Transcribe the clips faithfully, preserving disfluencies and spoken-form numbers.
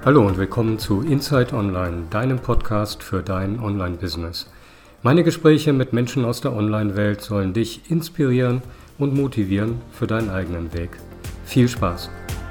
Hallo und willkommen zu Inside Online, deinem Podcast für dein Online-Business. Meine Gespräche mit Menschen aus der Online-Welt sollen dich inspirieren und motivieren für deinen eigenen Weg. Viel Spaß!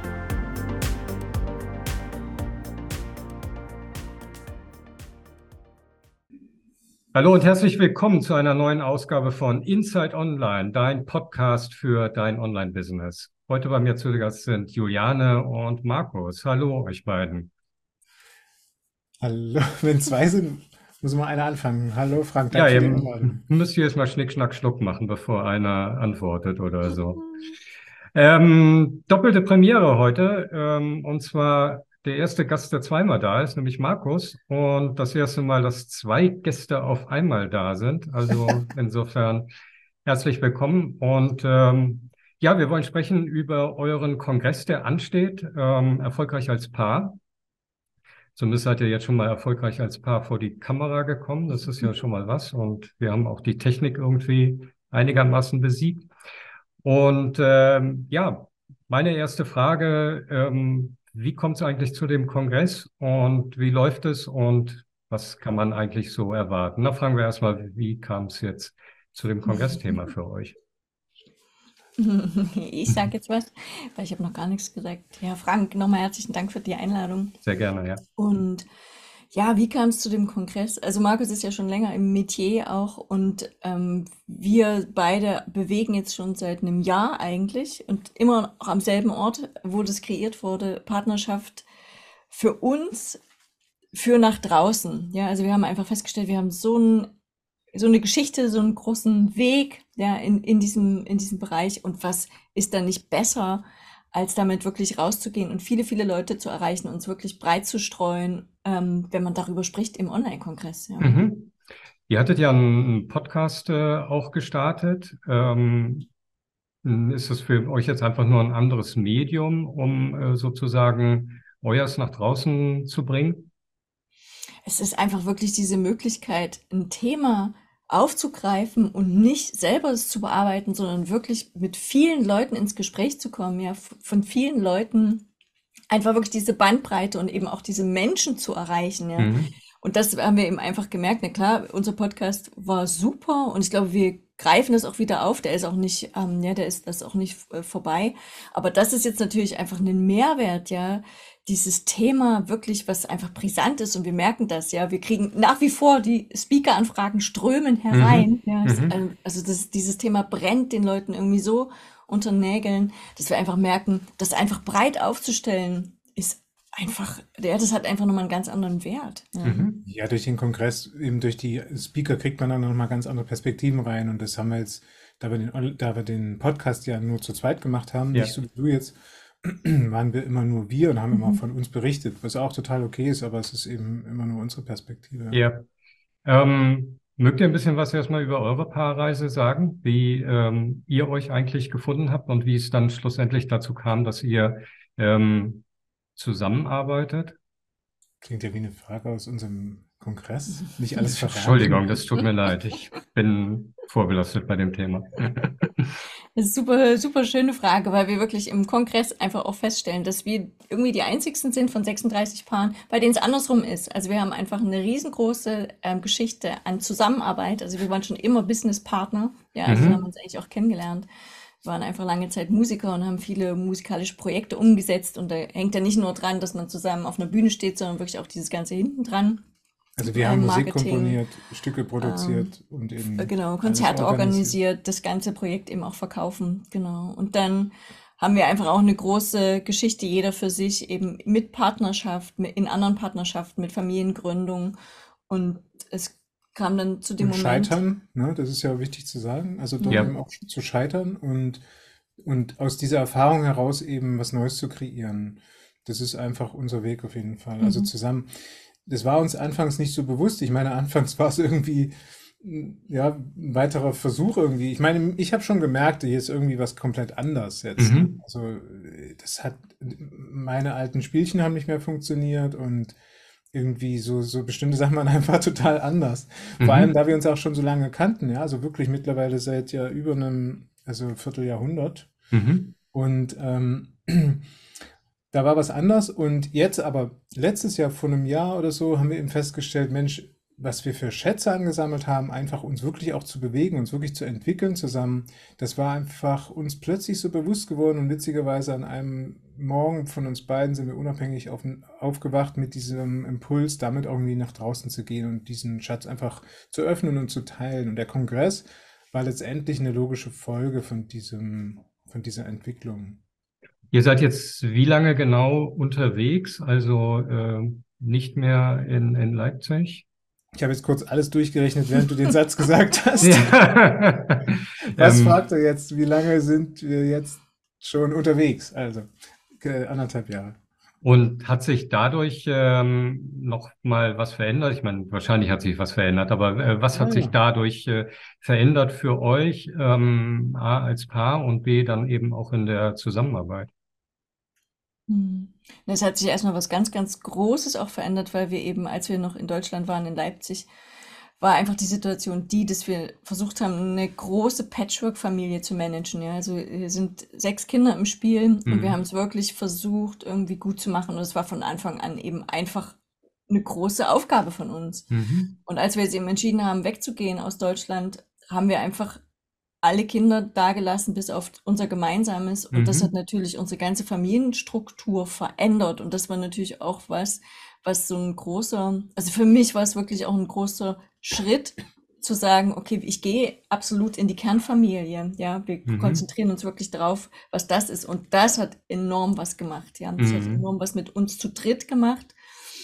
Hallo und herzlich willkommen zu einer neuen Ausgabe von Inside Online, dein Podcast für dein Online-Business. Heute bei mir zu Gast sind Juliane und Markus. Hallo euch beiden. Hallo, wenn zwei sind, muss mal einer anfangen. Hallo Frank, Ja, danke für ihr die Einladung. müsst jetzt mal Schnick, Schnack, Schnuck machen, bevor einer antwortet oder so. Ähm, doppelte Premiere heute, ähm, und zwar der erste Gast, der zweimal da ist, nämlich Markus, und das erste Mal, dass zwei Gäste auf einmal da sind. Also insofern herzlich willkommen. Und ähm, ja, wir wollen sprechen über euren Kongress, der ansteht, ähm, erfolgreich als Paar. Zumindest seid ihr jetzt schon mal erfolgreich als Paar vor die Kamera gekommen. Das ist ja schon mal was. Und wir haben auch die Technik irgendwie einigermaßen besiegt. Und ähm, ja, meine erste Frage, ähm, wie kommt es eigentlich zu dem Kongress und wie läuft es und was kann man eigentlich so erwarten? Na, fragen wir erstmal, wie kam es jetzt zu dem Kongressthema für euch? Ich sage jetzt was, weil ich habe noch gar nichts gesagt. Ja, Frank, nochmal herzlichen Dank für die Einladung. Sehr gerne, ja. Und ja, wie kam es zu dem Kongress? Also Markus ist ja schon länger im Metier auch und ähm, wir beide bewegen jetzt schon seit einem Jahr eigentlich und immer noch am selben Ort, wo das kreiert wurde, Partnerschaft für uns, für nach draußen. Ja, also wir haben einfach festgestellt, wir haben so ein so eine Geschichte, so einen großen Weg, ja, in, in diesem, in diesem Bereich. Und was ist dann nicht besser, als damit wirklich rauszugehen und viele, viele Leute zu erreichen, uns wirklich breit zu streuen, ähm, wenn man darüber spricht im Online-Kongress, ja. Mhm. Ihr hattet ja einen Podcast äh, auch gestartet. Ähm, ist das für euch jetzt einfach nur ein anderes Medium, um äh, sozusagen euers nach draußen zu bringen? Es ist einfach wirklich diese Möglichkeit, ein Thema aufzugreifen und nicht selber es zu bearbeiten, sondern wirklich mit vielen Leuten ins Gespräch zu kommen, ja, f- von vielen Leuten einfach wirklich diese Bandbreite und eben auch diese Menschen zu erreichen, ja. Mhm. Und das haben wir eben einfach gemerkt. Na klar, unser Podcast war super und ich glaube, wir greifen das auch wieder auf. Der ist auch nicht, ähm, ja, der ist das auch nicht äh, vorbei. Aber das ist jetzt natürlich einfach ein Mehrwert, ja. Dieses Thema wirklich, was einfach brisant ist und wir merken das, ja. Wir kriegen nach wie vor die Speaker-Anfragen strömen Mhm. herein, ja. Es, Mhm. ähm, also das, dieses Thema brennt den Leuten irgendwie so unter den Nägeln, dass wir einfach merken, das einfach breit aufzustellen, ist einfach, ja, das hat einfach nochmal einen ganz anderen Wert. Ja. Mhm. Ja, durch den Kongress, eben durch die Speaker kriegt man dann nochmal ganz andere Perspektiven rein und das haben wir jetzt, da wir den, da wir den Podcast ja nur zu zweit gemacht haben, Ja. nicht so wie du jetzt, waren wir immer nur wir und haben immer Mhm. von uns berichtet, was auch total okay ist, aber es ist eben immer nur unsere Perspektive. Ja. Ähm, mögt ihr ein bisschen was erstmal über eure Paarreise sagen, wie ähm, ihr euch eigentlich gefunden habt und wie es dann schlussendlich dazu kam, dass ihr ähm, zusammenarbeitet? Klingt ja wie eine Frage aus unserem Kongress. Nicht alles Entschuldigung, verraten. das tut mir leid. Ich bin vorbelastet bei dem Thema. Das ist super, super schöne Frage, weil wir wirklich im Kongress einfach auch feststellen, dass wir irgendwie die einzigsten sind von sechsunddreißig Paaren, bei denen es andersrum ist. Also wir haben einfach eine riesengroße ähm, Geschichte an Zusammenarbeit. Also wir waren schon immer Businesspartner. Ja, also so haben wir Mhm. uns eigentlich auch kennengelernt. Wir waren einfach lange Zeit Musiker und haben viele musikalische Projekte umgesetzt. Und da hängt ja nicht nur dran, dass man zusammen auf einer Bühne steht, sondern wirklich auch dieses Ganze hinten dran. Also wir haben Ähm, Musik Marketing, komponiert, Stücke ähm, produziert und äh, eben genau, alles Konzerte organisiert. organisiert, das ganze Projekt eben auch verkaufen, genau. Und dann haben wir einfach auch eine große Geschichte, jeder für sich, eben mit Partnerschaft, mit, in anderen Partnerschaften, mit Familiengründung. Und es kam dann zu dem Und Moment, scheitern, ne, das ist ja wichtig zu sagen, also dort ja, eben Ja. auch zu scheitern und, und aus dieser Erfahrung heraus eben was Neues zu kreieren. Das ist einfach unser Weg auf jeden Fall. Also mhm. zusammen, das war uns anfangs nicht so bewusst. Ich meine, anfangs war es irgendwie, mm, ja, ein weiterer Versuch irgendwie. Ich meine, ich habe schon gemerkt, hier ist irgendwie was komplett anders jetzt. Ne? Mhm. Also äh, das hat, meine alten Spielchen haben nicht mehr funktioniert und irgendwie so, so bestimmte Sachen waren einfach total anders. Vor allem, Mhm. da wir uns auch schon so lange kannten, ja, also wirklich mittlerweile seit ja über einem, also Vierteljahrhundert. Mhm. Und ähm, da war was anders und jetzt aber, letztes Jahr, vor einem Jahr oder so, haben wir eben festgestellt, Mensch, was wir für Schätze angesammelt haben, einfach uns wirklich auch zu bewegen, uns wirklich zu entwickeln zusammen, das war einfach uns plötzlich so bewusst geworden und witzigerweise an einem Morgen von uns beiden sind wir unabhängig auf, aufgewacht mit diesem Impuls, damit irgendwie nach draußen zu gehen und diesen Schatz einfach zu öffnen und zu teilen. Und der Kongress war letztendlich eine logische Folge von diesem, von dieser Entwicklung. Ihr seid jetzt wie lange genau unterwegs? Also äh, nicht mehr in, in Leipzig? Ich habe jetzt kurz alles durchgerechnet, während du den Satz gesagt hast. Ja. Was ähm, fragt er jetzt? Wie lange sind wir jetzt schon unterwegs? Also äh, anderthalb Jahre. Und hat sich dadurch ähm, noch mal was verändert? Ich meine, wahrscheinlich hat sich was verändert, aber äh, was hat sich Ah. dadurch äh, verändert für euch, ähm, A als Paar und B dann eben auch in der Zusammenarbeit? Hm. Es hat sich erstmal was ganz, ganz Großes auch verändert, weil wir eben, als wir noch in Deutschland waren, in Leipzig, war einfach die Situation die, dass wir versucht haben, eine große Patchwork-Familie zu managen. Ja, also hier sind sechs Kinder im Spiel und wir haben Mhm. es wirklich versucht, irgendwie gut zu machen. Und es war von Anfang an eben einfach eine große Aufgabe von uns. Mhm. Und als wir jetzt eben entschieden haben, wegzugehen aus Deutschland, haben wir einfach alle Kinder dagelassen, bis auf unser Gemeinsames. Und das hat Mhm. natürlich unsere ganze Familienstruktur verändert. Und das war natürlich auch was, was so ein großer, also für mich war es wirklich auch ein großer Schritt, zu sagen, okay, ich gehe absolut in die Kernfamilie. Ja, wir Mhm. konzentrieren uns wirklich darauf, was das ist. Und das hat enorm was gemacht. Ja, das hat Mhm. enorm was mit uns zu dritt gemacht.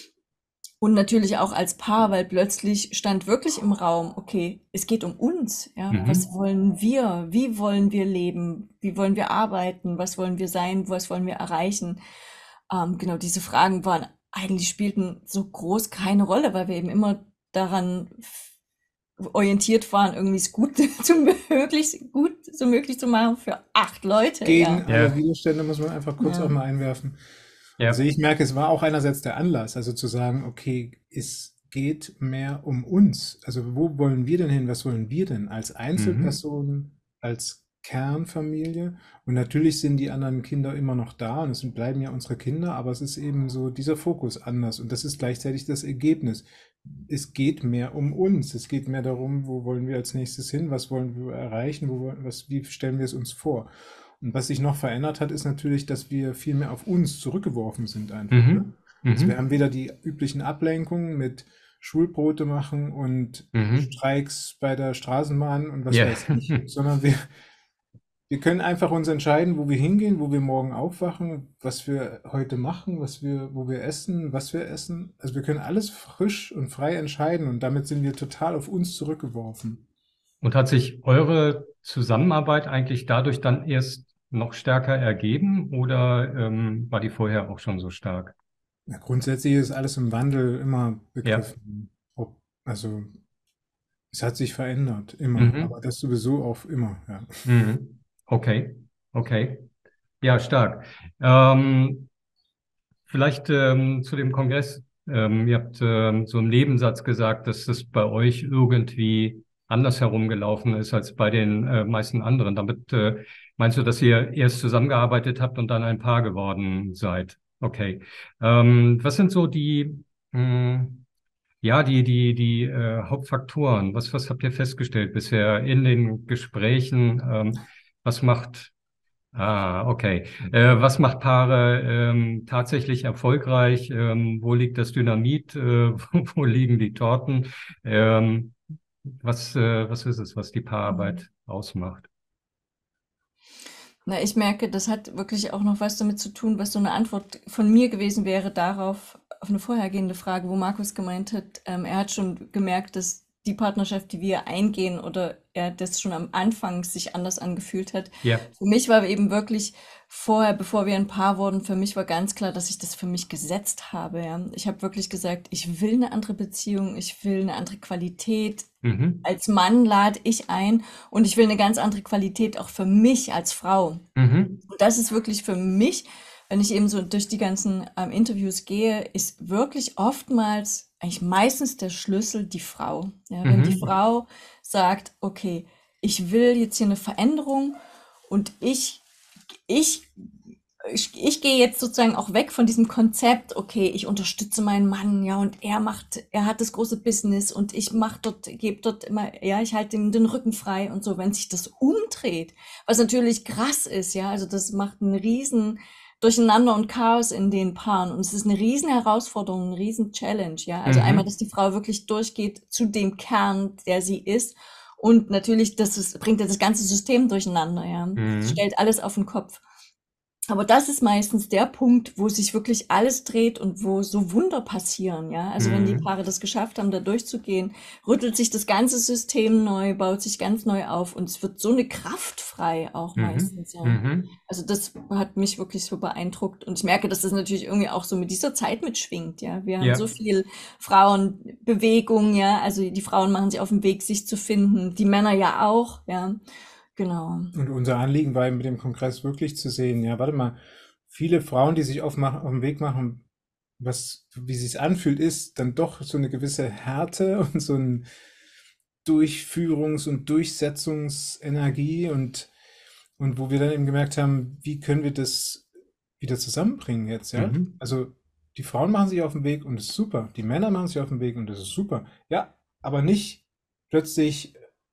Und natürlich auch als Paar, weil plötzlich stand wirklich im Raum, okay, es geht um uns, ja. Was Mhm. wollen wir? Wie wollen wir leben? Wie wollen wir arbeiten? Was wollen wir sein? Was wollen wir erreichen? Ähm, genau, diese Fragen waren eigentlich spielten so groß keine Rolle, weil wir eben immer daran f- orientiert waren, irgendwie es gut zu möglich, gut so möglich zu machen für acht Leute, Gegen ja. alle Ja, Widerstände muss man einfach kurz auch Ja. mal einwerfen. Also ja. ich merke, es war auch einerseits der Anlass, also zu sagen, okay, es geht mehr um uns. Also wo wollen wir denn hin? Was wollen wir denn als Mhm. Einzelpersonen, als Kernfamilie? Und natürlich sind die anderen Kinder immer noch da und es sind- bleiben ja unsere Kinder, aber es ist eben so dieser Fokus anders und das ist gleichzeitig das Ergebnis. Es geht mehr um uns. Es geht mehr darum, wo wollen wir als nächstes hin? Was wollen wir erreichen? Wo, wollen- was, wie stellen wir es uns vor? Und was sich noch verändert hat, ist natürlich, dass wir viel mehr auf uns zurückgeworfen sind einfach, ne? Mhm. Also wir haben Mhm. weder die üblichen Ablenkungen mit Schulbrote machen und Mhm. Streiks bei der Straßenbahn und was Ja. weiß ich, sondern wir, wir können einfach uns entscheiden, wo wir hingehen, wo wir morgen aufwachen, was wir heute machen, was wir, wo wir essen, was wir essen. Also wir können alles frisch und frei entscheiden und damit sind wir total auf uns zurückgeworfen. Und hat sich eure Zusammenarbeit eigentlich dadurch dann erst noch stärker ergeben oder ähm, war die vorher auch schon so stark? Ja, grundsätzlich ist alles im Wandel immer Ja. begriffen. Ob, also es hat sich verändert, immer, aber Mhm. das sowieso auch immer, ja. Mhm. Okay. Okay. Ja, stark. Ähm, vielleicht ähm, zu dem Kongress. Ähm, ihr habt ähm, so im Nebensatz gesagt, dass es bei euch irgendwie anders herumgelaufen ist als bei den äh, meisten anderen. Damit äh, meinst du, dass ihr erst zusammengearbeitet habt und dann ein Paar geworden seid? Okay. Ähm, was sind so die, mh, ja, die, die, die äh, Hauptfaktoren? Was, was habt ihr festgestellt bisher in den Gesprächen? Ähm, was macht Ah, okay. Äh, was macht Paare ähm, tatsächlich erfolgreich? Ähm, wo liegt das Dynamit? Äh, wo, wo liegen die Torten? Ähm, was, äh, was ist es, was die Mhm. Paararbeit ausmacht? Na, ich merke, das hat wirklich auch noch was damit zu tun, was so eine Antwort von mir gewesen wäre darauf, auf eine vorhergehende Frage, wo Markus gemeint hat, ähm, er hat schon gemerkt, dass die Partnerschaft, die wir eingehen oder er das schon am Anfang sich anders angefühlt hat. Ja. Für mich war eben wirklich vorher, bevor wir ein Paar wurden, für mich war ganz klar, dass ich das für mich gesetzt habe. Ja. Ich habe wirklich gesagt, ich will eine andere Beziehung, ich will eine andere Qualität. Mhm. Als Mann lade ich ein und ich will eine ganz andere Qualität auch für mich als Frau. Mhm. Und das ist wirklich für mich, wenn ich eben so durch die ganzen ähm, Interviews gehe, ist wirklich oftmals, eigentlich meistens der Schlüssel die Frau. Ja, wenn die Mhm. Frau sagt, okay, ich will jetzt hier eine Veränderung und ich, ich ich, ich gehe jetzt sozusagen auch weg von diesem Konzept, okay, ich unterstütze meinen Mann, ja, und er macht, er hat das große Business und ich mache dort, gebe dort immer, ja, ich halte ihm den Rücken frei und so, wenn sich das umdreht, was natürlich krass ist, ja, also das macht einen riesen Durcheinander und Chaos in den Paaren und es ist eine riesen Herausforderung, eine riesen Challenge, ja, also einmal, Mhm. dass die Frau wirklich durchgeht zu dem Kern, der sie ist und natürlich, das ist, bringt ja das ganze System durcheinander, ja, das Mhm. stellt alles auf den Kopf. Aber das ist meistens der Punkt, wo sich wirklich alles dreht und wo so Wunder passieren, ja. Also wenn die Mhm. Paare das geschafft haben, da durchzugehen, rüttelt sich das ganze System neu, baut sich ganz neu auf und es wird so eine Kraft frei auch Mhm. meistens, ja. Mhm. Also das hat mich wirklich so beeindruckt und ich merke, dass das natürlich irgendwie auch so mit dieser Zeit mitschwingt, ja. Wir haben so Ja. viel Frauenbewegung, ja. Also die Frauen machen sich auf den Weg, sich zu finden, die Männer ja auch, ja. Genau. Und unser Anliegen war eben mit dem Kongress wirklich zu sehen, ja, warte mal, viele Frauen, die sich auf, auf den Weg machen, was, wie sie es anfühlt, ist dann doch so eine gewisse Härte und so ein Durchführungs- und Durchsetzungsenergie und, und wo wir dann eben gemerkt haben, wie können wir das wieder zusammenbringen jetzt, ja? Mhm. Also die Frauen machen sich auf den Weg und das ist super, die Männer machen sich auf den Weg und das ist super, ja, aber nicht plötzlich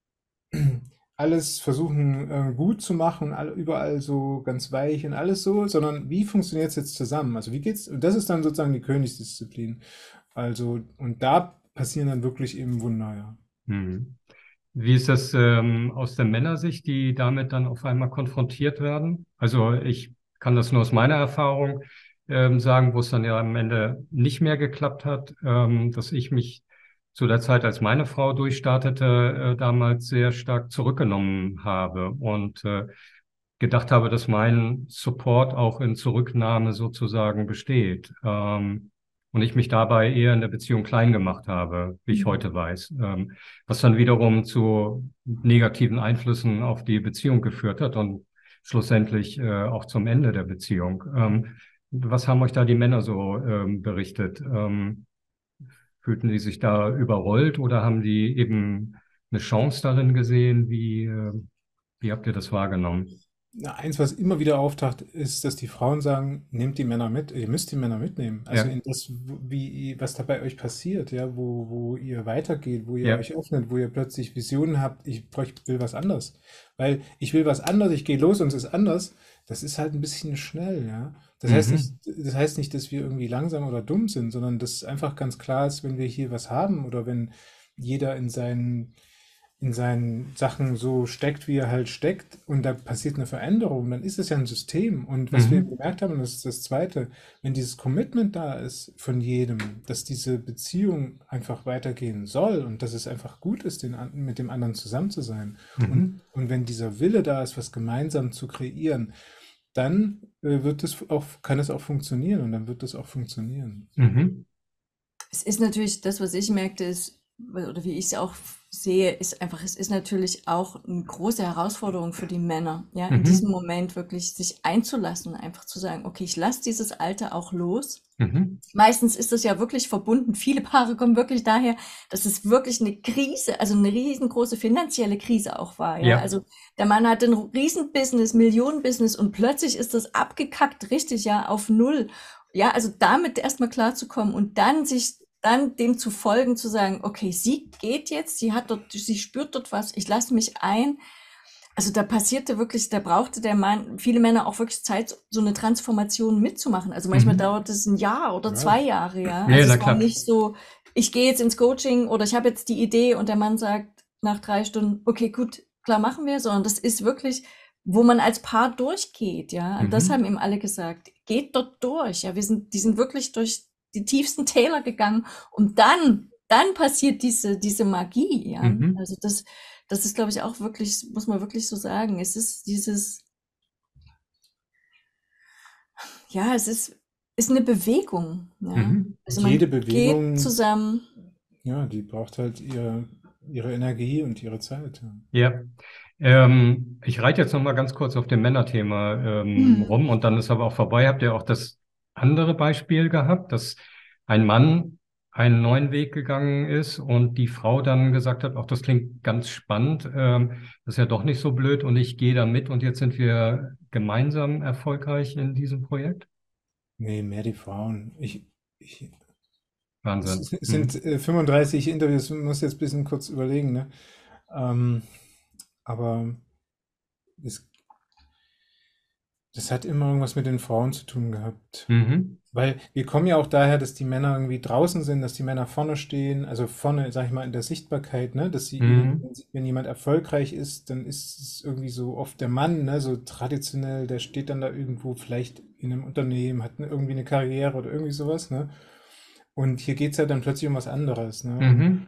alles versuchen äh, gut zu machen, all, überall so ganz weich und alles so, sondern wie funktioniert es jetzt zusammen? Also wie geht's? Und das ist dann sozusagen die Königsdisziplin. Also, und da passieren dann wirklich eben Wunder, ja. Mhm. Wie ist das ähm, aus der Männersicht, die damit dann auf einmal konfrontiert werden? Also ich kann das nur aus meiner Erfahrung ähm, sagen, wo es dann ja am Ende nicht mehr geklappt hat, ähm, dass ich mich zu der Zeit, als meine Frau durchstartete, äh, damals sehr stark zurückgenommen habe und äh, gedacht habe, dass mein Support auch in Zurücknahme sozusagen besteht. Ähm, und ich mich dabei eher in der Beziehung klein gemacht habe, wie ich heute weiß. Ähm, was dann wiederum zu negativen Einflüssen auf die Beziehung geführt hat und schlussendlich äh, auch zum Ende der Beziehung. Ähm, was haben euch da die Männer so ähm, berichtet? Ähm, fühlten die sich da überrollt oder haben die eben eine Chance darin gesehen? Wie, äh, wie habt ihr das wahrgenommen? Na, eins, was immer wieder auftaucht, ist, dass die Frauen sagen, nehmt die Männer mit, ihr müsst die Männer mitnehmen. Also Ja, in das, wie, was da bei euch passiert, ja, wo, wo ihr weitergeht, wo ihr ja. euch öffnet, wo ihr plötzlich Visionen habt, ich, bräuch- will was anderes. Weil ich will was anderes, ich gehe los und es ist anders, das ist halt ein bisschen schnell, ja. Das heißt nicht, Mhm. das heißt nicht, dass wir irgendwie langsam oder dumm sind, sondern dass einfach ganz klar ist, wenn wir hier was haben oder wenn jeder in seinen in seinen Sachen so steckt, wie er halt steckt, und da passiert eine Veränderung, dann ist es ja ein System. Und was wir Mhm. gemerkt haben, und das ist das Zweite, wenn dieses Commitment da ist von jedem, dass diese Beziehung einfach weitergehen soll und dass es einfach gut ist, den, an- mit dem anderen zusammen zu sein, und, Mhm. und wenn dieser Wille da ist, was gemeinsam zu kreieren, dann äh, wird es auch, kann es auch funktionieren und dann wird es auch funktionieren. Mhm. Es ist natürlich das, was ich merkte, ist, oder wie ich es auch sehe, ist einfach, es ist natürlich auch eine große Herausforderung für die Männer, ja, in diesem Mhm. Moment wirklich sich einzulassen, einfach zu sagen, okay, ich lasse dieses Alte auch los. Mhm. Meistens ist das ja wirklich verbunden. Viele Paare kommen wirklich daher, dass es wirklich eine Krise, also eine riesengroße finanzielle Krise auch war, ja. Ja. Also der Mann hatte ein Riesenbusiness, Millionenbusiness und plötzlich ist das abgekackt, richtig, ja, auf Null. Ja, also damit erstmal klarzukommen und dann sich dann dem zu folgen, zu sagen, okay, sie geht jetzt, sie hat dort, sie spürt dort was, ich lasse mich ein. Also da passierte wirklich, da brauchte der Mann, viele Männer auch wirklich Zeit, so eine Transformation mitzumachen. Also manchmal Mhm. dauert es ein Jahr oder Ja, zwei Jahre, ja. Ja, Also na es war klar. nicht so, ich gehe jetzt ins Coaching oder ich habe jetzt die Idee und der Mann sagt nach drei Stunden, okay, gut, klar machen wir, sondern das ist wirklich, wo man als Paar durchgeht, ja. Und das haben Mhm. ihm alle gesagt, geht dort durch, ja. Wir sind, die sind wirklich durch die tiefsten Täler gegangen und dann, dann passiert diese, diese Magie, ja. Mhm. Also das, das ist, glaube ich, auch wirklich, muss man wirklich so sagen. Es ist dieses, ja, es ist, ist eine Bewegung, ja. Mhm. Also und jede man geht Bewegung, zusammen. ja, die braucht halt ihre, ihre Energie und ihre Zeit. Ja. Ja. Ähm, ich reite jetzt noch mal ganz kurz auf dem Männerthema ähm, Mhm. rum und dann ist aber auch vorbei. Habt ihr auch das andere Beispiel gehabt, dass ein Mann einen neuen Weg gegangen ist und die Frau dann gesagt hat, auch das klingt ganz spannend, ähm, das ist ja doch nicht so blöd und ich gehe da mit und jetzt sind wir gemeinsam erfolgreich in diesem Projekt? Nee, mehr die Frauen. Ich, ich, es Wahnsinn. sind Mhm. äh, fünfunddreißig Interviews, ich muss jetzt ein bisschen kurz überlegen, ne? Ähm, aber es, das hat immer irgendwas mit den Frauen zu tun gehabt. Mhm. Weil wir kommen ja auch daher, dass die Männer irgendwie draußen sind, dass die Männer vorne stehen, also vorne, sag ich mal, in der Sichtbarkeit, ne? Dass sie eben, Mhm. wenn, sie, wenn jemand erfolgreich ist, dann ist es irgendwie so oft der Mann, ne? So traditionell, der steht dann da irgendwo vielleicht in einem Unternehmen, hat ne, irgendwie eine Karriere oder irgendwie sowas, ne? Und hier geht's ja dann plötzlich um was anderes, ne? Und, Mhm.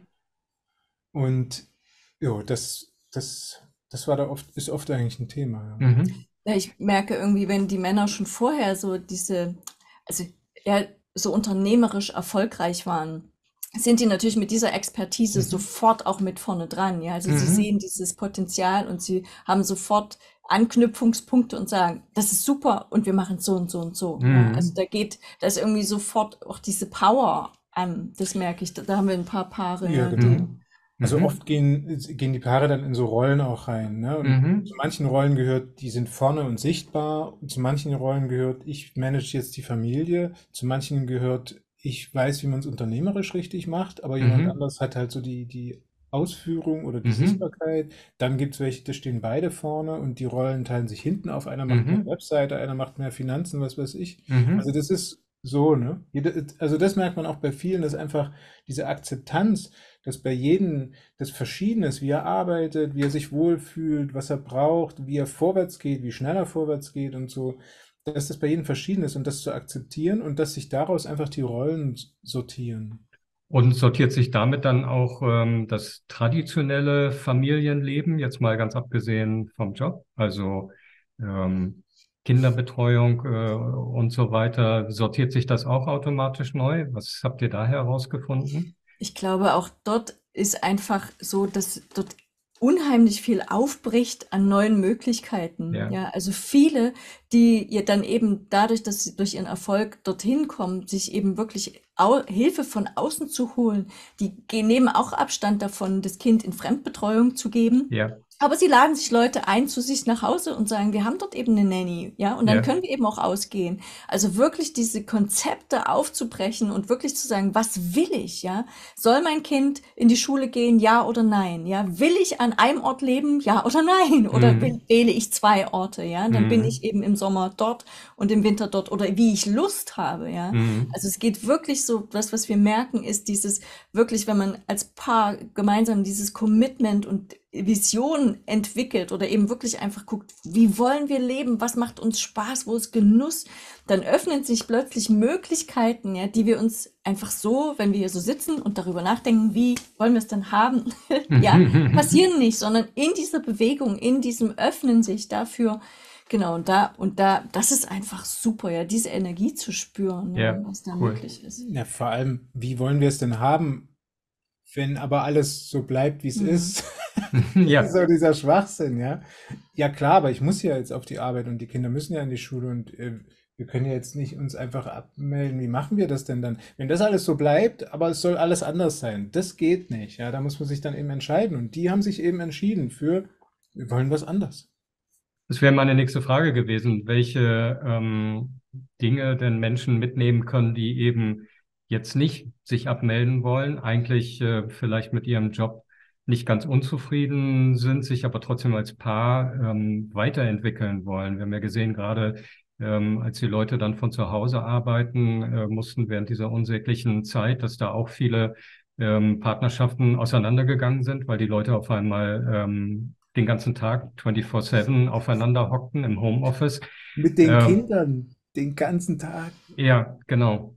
und ja, das, das, das war da oft, ist oft eigentlich ein Thema, ja. Mhm. Ja, ich merke irgendwie, wenn die Männer schon vorher so diese, also ja, so unternehmerisch erfolgreich waren, sind die natürlich mit dieser Expertise Mhm. sofort auch mit vorne dran. Ja, also sie Mhm. sehen dieses Potenzial und sie haben sofort Anknüpfungspunkte und sagen, das ist super und wir machen so und so und so. Ja, also Mhm. da geht, da ist irgendwie sofort auch diese Power an. Das merke ich. Da, da haben wir ein paar Paare, Ja, ja, genau. die, Mhm. Also Mhm. oft gehen, gehen die Paare dann in so Rollen auch rein, ne? Und zu Mhm. manchen Rollen gehört, die sind vorne und sichtbar. Und zu manchen Rollen gehört, ich manage jetzt die Familie. Zu manchen gehört, ich weiß, wie man es unternehmerisch richtig macht, aber jemand Mhm. anderes hat halt so die, die Ausführung oder die Mhm. Sichtbarkeit. Dann gibt es welche, da stehen beide vorne und die Rollen teilen sich hinten auf. Einer macht mehr Mhm. Webseite, einer macht mehr Finanzen, was weiß ich. Also Mhm. das ist so, ne? Jede- Also das merkt man auch bei vielen, dass einfach diese Akzeptanz, dass bei jedem das Verschiedene ist, wie er arbeitet, wie er sich wohlfühlt, was er braucht, wie er vorwärts geht, wie schnell er vorwärts geht und so, dass das bei jedem verschieden ist und das zu akzeptieren und dass sich daraus einfach die Rollen sortieren. Und sortiert sich damit dann auch ähm, das traditionelle Familienleben, jetzt mal ganz abgesehen vom Job, also ähm, Kinderbetreuung äh, und so weiter, sortiert sich das auch automatisch neu? Was habt ihr da herausgefunden? ich glaube, auch dort ist einfach so, dass dort unheimlich viel aufbricht an neuen Möglichkeiten. Ja, Ja, also viele, die ihr dann eben dadurch, dass sie durch ihren Erfolg dorthin kommen, sich eben wirklich au Hilfe von außen zu holen, die gehen, nehmen auch Abstand davon, das Kind in Fremdbetreuung zu geben. ja, Aber sie laden sich Leute ein zu sich nach Hause und sagen, wir haben dort eben eine Nanny, ja, und dann ja. können wir eben auch ausgehen. Also wirklich diese Konzepte aufzubrechen und wirklich zu sagen, was will ich, ja? Soll mein Kind in die Schule gehen, ja oder nein? Ja, will ich an einem Ort leben, ja oder nein? Oder will, Mhm. wähle ich zwei Orte, ja? Und dann bin ich Mhm. eben im Sommer dort und im Winter dort oder wie ich Lust habe, ja? Mhm. Also es geht wirklich so, das, was wir merken, ist dieses wirklich, wenn man als Paar gemeinsam dieses Commitment und Vision entwickelt oder eben wirklich einfach guckt, wie wollen wir leben, was macht uns Spaß, wo ist Genuss, dann öffnen sich plötzlich Möglichkeiten, ja, die wir uns einfach so, wenn wir hier so sitzen und darüber nachdenken, wie wollen wir es denn haben, ja, passieren nicht, sondern in dieser Bewegung, in diesem Öffnen sich dafür, genau, und da, und da, das ist einfach super, ja, diese Energie zu spüren, ja, Ja, was da cool. möglich ist. Ja, vor allem, wie wollen wir es denn haben, wenn aber alles so bleibt, wie es Hm. ist? Das ist Ja, so dieser Schwachsinn, ja. Ja klar, aber ich muss ja jetzt auf die Arbeit und die Kinder müssen ja in die Schule und äh, wir können ja jetzt nicht uns einfach abmelden. Wie machen wir das denn dann? Wenn das alles so bleibt, aber es soll alles anders sein, das geht nicht. Ja, da muss man sich dann eben entscheiden. Und die haben sich eben entschieden für, wir wollen was anders. das wäre meine nächste Frage gewesen, welche ähm, Dinge denn Menschen mitnehmen können, die eben jetzt nicht sich abmelden wollen, eigentlich äh, vielleicht mit ihrem Job nicht ganz unzufrieden sind, sich aber trotzdem als Paar ähm, weiterentwickeln wollen. Wir haben ja gesehen, gerade ähm, als die Leute dann von zu Hause arbeiten äh, mussten während dieser unsäglichen Zeit, dass da auch viele ähm, Partnerschaften auseinandergegangen sind, weil die Leute auf einmal ähm, den ganzen Tag vierundzwanzig sieben aufeinander hockten im Homeoffice. Mit den Ähm, Kindern den ganzen Tag. ja, genau.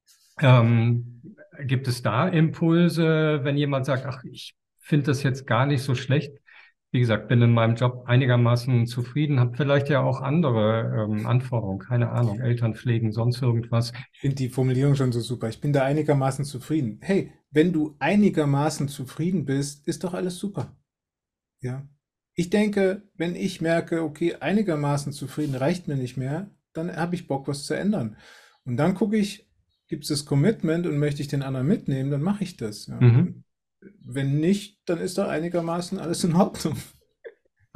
Ähm, gibt es da Impulse, wenn jemand sagt, ach, ich finde das jetzt gar nicht so schlecht? Wie gesagt, bin in meinem Job einigermaßen zufrieden, habe vielleicht ja auch andere ähm, Anforderungen, keine Ahnung, Eltern pflegen, sonst irgendwas. Ich finde die Formulierung schon so super. Ich bin da einigermaßen zufrieden. Hey, wenn du einigermaßen zufrieden bist, ist doch alles super. Ja. Ich denke, wenn ich merke, okay, einigermaßen zufrieden reicht mir nicht mehr, dann habe ich Bock, was zu ändern. Und dann gucke ich, gibt es das Commitment und möchte ich den anderen mitnehmen, dann mache ich das. Ja. Mhm. Und wenn nicht, dann ist doch einigermaßen alles in Ordnung.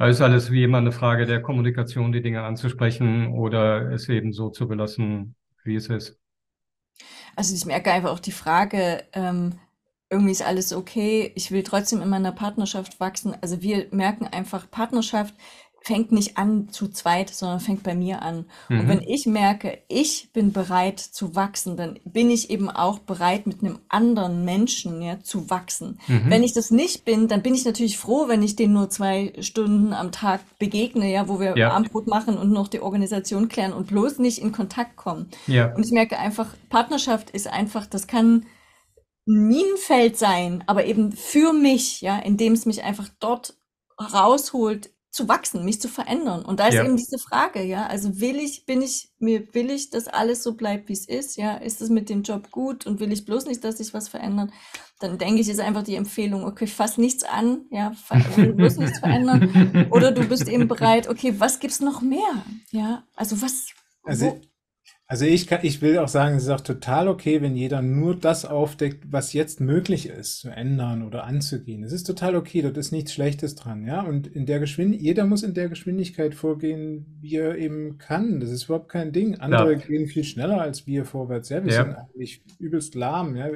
Also ist alles wie immer eine Frage der Kommunikation, die Dinge anzusprechen oder es eben so zu belassen, wie es ist. Also ich merke einfach auch die Frage, ähm, irgendwie ist alles okay, ich will trotzdem in meiner Partnerschaft wachsen. Also wir merken einfach, Partnerschaft fängt nicht an zu zweit, sondern fängt bei mir an. Und wenn Mhm. ich merke, ich bin bereit zu wachsen, dann bin ich eben auch bereit, mit einem anderen Menschen, ja, zu wachsen. Wenn ich Mhm. das nicht bin, dann bin ich natürlich froh, wenn ich den nur zwei Stunden am Tag begegne, ja, wo wir Ja, Abendbrot machen und noch die Organisation klären und bloß nicht in Kontakt kommen. Und ja, ich merke einfach, Partnerschaft ist einfach, das kann ein Minenfeld sein, aber eben für mich, ja, indem es mich einfach dort rausholt, zu wachsen, mich zu verändern. Und da ist eben ja, diese Frage, ja, also will ich, bin ich, mir will ich, dass alles so bleibt, wie es ist, ja, ist es mit dem Job gut und will ich bloß nicht, dass sich was verändert? Dann denke ich, ist einfach die Empfehlung, okay, fass nichts an, ja, fa- will bloß nichts verändern. Oder du bist eben bereit, okay, was gibt's noch mehr? Ja, also was, Also wo, Also ich kann, ich will auch sagen, es ist auch total okay, wenn jeder nur das aufdeckt, was jetzt möglich ist, zu ändern oder anzugehen. Es ist total okay, dort ist nichts Schlechtes dran, ja. Und in der Geschwindigkeit, jeder muss in der Geschwindigkeit vorgehen, wie er eben kann. Das ist überhaupt kein Ding. Andere klar, gehen viel schneller als wir vorwärts. Ja, wir sind ja, eigentlich übelst lahm, ja.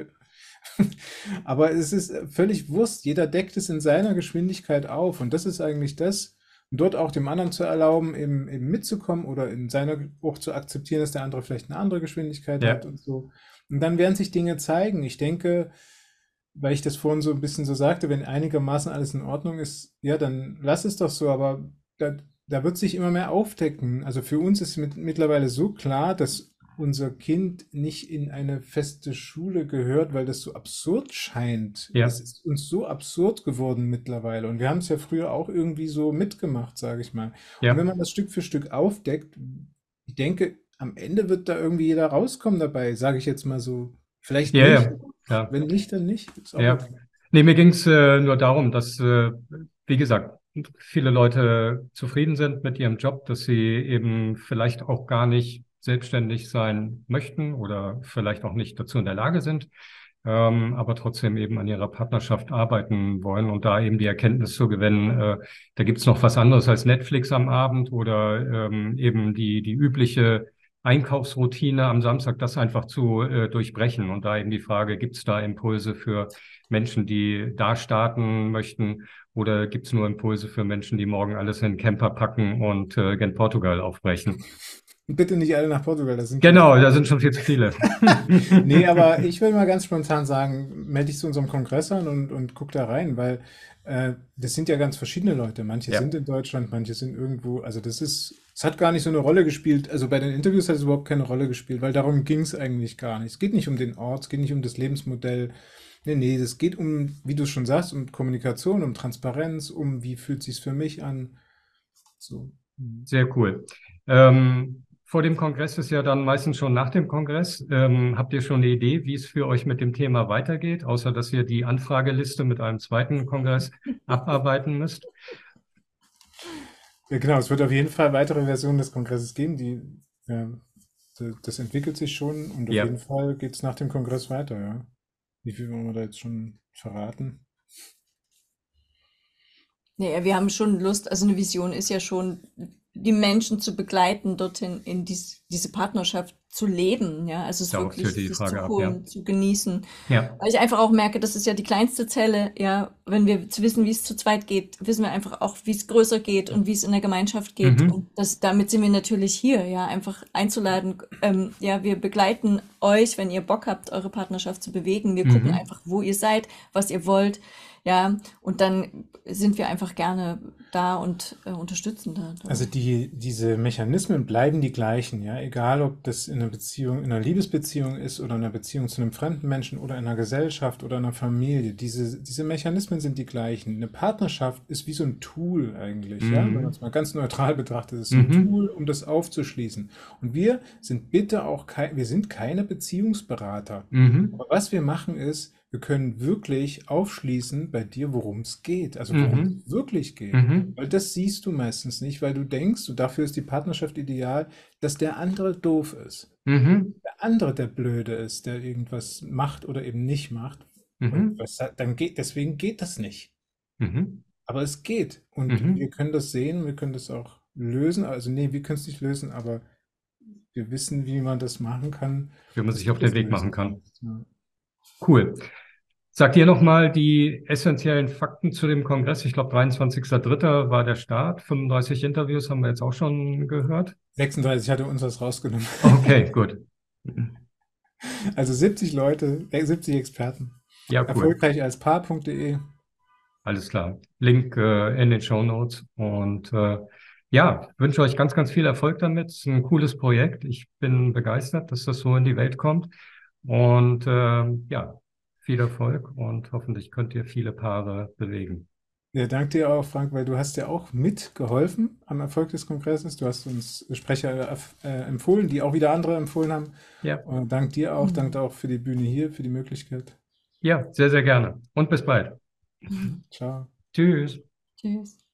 Aber es ist völlig Wurst. Jeder deckt es in seiner Geschwindigkeit auf. Und das ist eigentlich das, und dort auch dem anderen zu erlauben, eben, eben mitzukommen oder in seiner auch zu akzeptieren, dass der andere vielleicht eine andere Geschwindigkeit hat ja, und so. Und dann werden sich Dinge zeigen. Ich denke, weil ich das vorhin so ein bisschen so sagte, wenn einigermaßen alles in Ordnung ist, ja, dann lass es doch so, aber da, da wird sich immer mehr aufdecken. Also für uns ist mit, mittlerweile so klar, dass unser Kind nicht in eine feste Schule gehört, weil das so absurd scheint. ja, Es ist uns so absurd geworden mittlerweile. Und wir haben es ja früher auch irgendwie so mitgemacht, sage ich mal. Und wenn ja, man das Stück für Stück aufdeckt, ich denke, am Ende wird da irgendwie jeder rauskommen dabei, sage ich jetzt mal so. Vielleicht ja, nicht. ja, klar, Wenn nicht, dann nicht. Ist auch ja. okay. Nee, mir ging es äh, nur darum, dass, äh, wie gesagt, viele Leute zufrieden sind mit ihrem Job, dass sie eben vielleicht auch gar nicht selbstständig sein möchten oder vielleicht auch nicht dazu in der Lage sind, ähm, aber trotzdem eben an ihrer Partnerschaft arbeiten wollen und da eben die Erkenntnis zu gewinnen, äh, da gibt's noch was anderes als Netflix am Abend oder ähm, eben die, die übliche Einkaufsroutine am Samstag, das einfach zu äh, durchbrechen. Und da eben die Frage, gibt's da Impulse für Menschen, die da starten möchten, oder gibt's nur Impulse für Menschen, die morgen alles in den Camper packen und äh, gen Portugal aufbrechen? Bitte nicht alle nach Portugal, das sind schon zu Genau, da viele. sind schon viel zu viele. Nee, aber ich will mal ganz spontan sagen, melde dich zu unserem Kongress an und, und guck da rein, weil äh, das sind ja ganz verschiedene Leute. Manche Ja, sind in Deutschland, manche sind irgendwo. Also das ist, es hat gar nicht so eine Rolle gespielt. Also bei den Interviews hat es überhaupt keine Rolle gespielt, weil darum ging es eigentlich gar nicht. Es geht nicht um den Ort, es geht nicht um das Lebensmodell. Nee, nee, es geht um, wie du es schon sagst, um Kommunikation, um Transparenz, um wie fühlt sich's für mich an. So. Mhm. sehr cool. Ähm, vor dem Kongress ist ja dann meistens schon nach dem Kongress. Ähm, habt ihr schon eine Idee, wie es für euch mit dem Thema weitergeht, außer dass ihr die Anfrageliste mit einem zweiten Kongress abarbeiten müsst? Ja, genau, es wird auf jeden Fall weitere Versionen des Kongresses geben, die, ja, d- das entwickelt sich schon und auf jeden Ja. Fall geht es nach dem Kongress weiter, ja. Wie viel wollen wir da jetzt schon verraten? Nee, wir haben schon Lust, also eine Vision ist ja schon, die Menschen zu begleiten, dorthin in dies, diese Partnerschaft zu leben, ja, also es Darauf zielt wirklich die sich Frage zu ab, ja. holen, zu genießen. Ja. Weil ich einfach auch merke, das ist ja die kleinste Zelle, ja, wenn wir zu wissen, wie es zu zweit geht, wissen wir einfach auch, wie es größer geht und wie es in der Gemeinschaft geht. Und Mhm. das, damit sind wir natürlich hier, ja, einfach einzuladen. Ähm, ja, wir begleiten euch, wenn ihr Bock habt, eure Partnerschaft zu bewegen. Wir gucken Mhm. einfach, wo ihr seid, was ihr wollt, ja, und dann sind wir einfach gerne da und äh, unterstützen da. Also die, diese Mechanismen bleiben die gleichen, ja, egal ob das in einer Beziehung, in einer Liebesbeziehung ist oder in einer Beziehung zu einem fremden Menschen oder in einer Gesellschaft oder einer Familie. Diese, diese Mechanismen sind die gleichen. Eine Partnerschaft ist wie so ein Tool eigentlich, ja, wenn man es Mhm. mal ganz neutral betrachtet, ist so ein Mhm. Tool, um das aufzuschließen. Und wir sind bitte auch kein, wir sind keine Beziehungsberater. Mhm. Aber was wir machen ist, wir können wirklich aufschließen bei dir, worum es geht, also worum Mhm. es wirklich geht. Mhm. Weil das siehst du meistens nicht, weil du denkst, und dafür ist die Partnerschaft ideal, dass der andere doof ist. Mhm. Der andere der Blöde ist, der irgendwas macht oder eben nicht macht. Und Mhm. was, dann geht, deswegen geht das nicht. Mhm. Aber es geht. Und wir Mhm. können das sehen, wir können das auch lösen. Also nee, wir können es nicht lösen, aber wir wissen, wie man das machen kann, Wie man dass sich du auf den das Weg machen lösen kann. kannst. Ja. Cool. Sagt ihr nochmal die essentiellen Fakten zu dem Kongress? Ich glaube, dreiundzwanzigster dritter war der Start. fünfunddreißig Interviews haben wir jetzt auch schon gehört. sechsunddreißig hatte uns was rausgenommen. Okay, gut. Also siebzig Leute, äh, siebzig Experten. Ja, cool. Erfolgreich als Paar.de. Alles klar. Link äh, in den Show Notes. Und äh, ja, wünsche euch ganz, ganz viel Erfolg damit. Es ist ein cooles Projekt. Ich bin begeistert, dass das so in die Welt kommt. Und ähm, ja, viel Erfolg und hoffentlich könnt ihr viele Paare bewegen. Ja, danke dir auch, Frank, weil du hast ja auch mitgeholfen am Erfolg des Kongresses. Du hast uns Sprecher äh, empfohlen, die auch wieder andere empfohlen haben. Ja, Und dank dir auch, Mhm. danke auch für die Bühne hier, für die Möglichkeit. ja, sehr, sehr gerne. Und bis bald. Mhm. Ciao. Tschüss. Tschüss.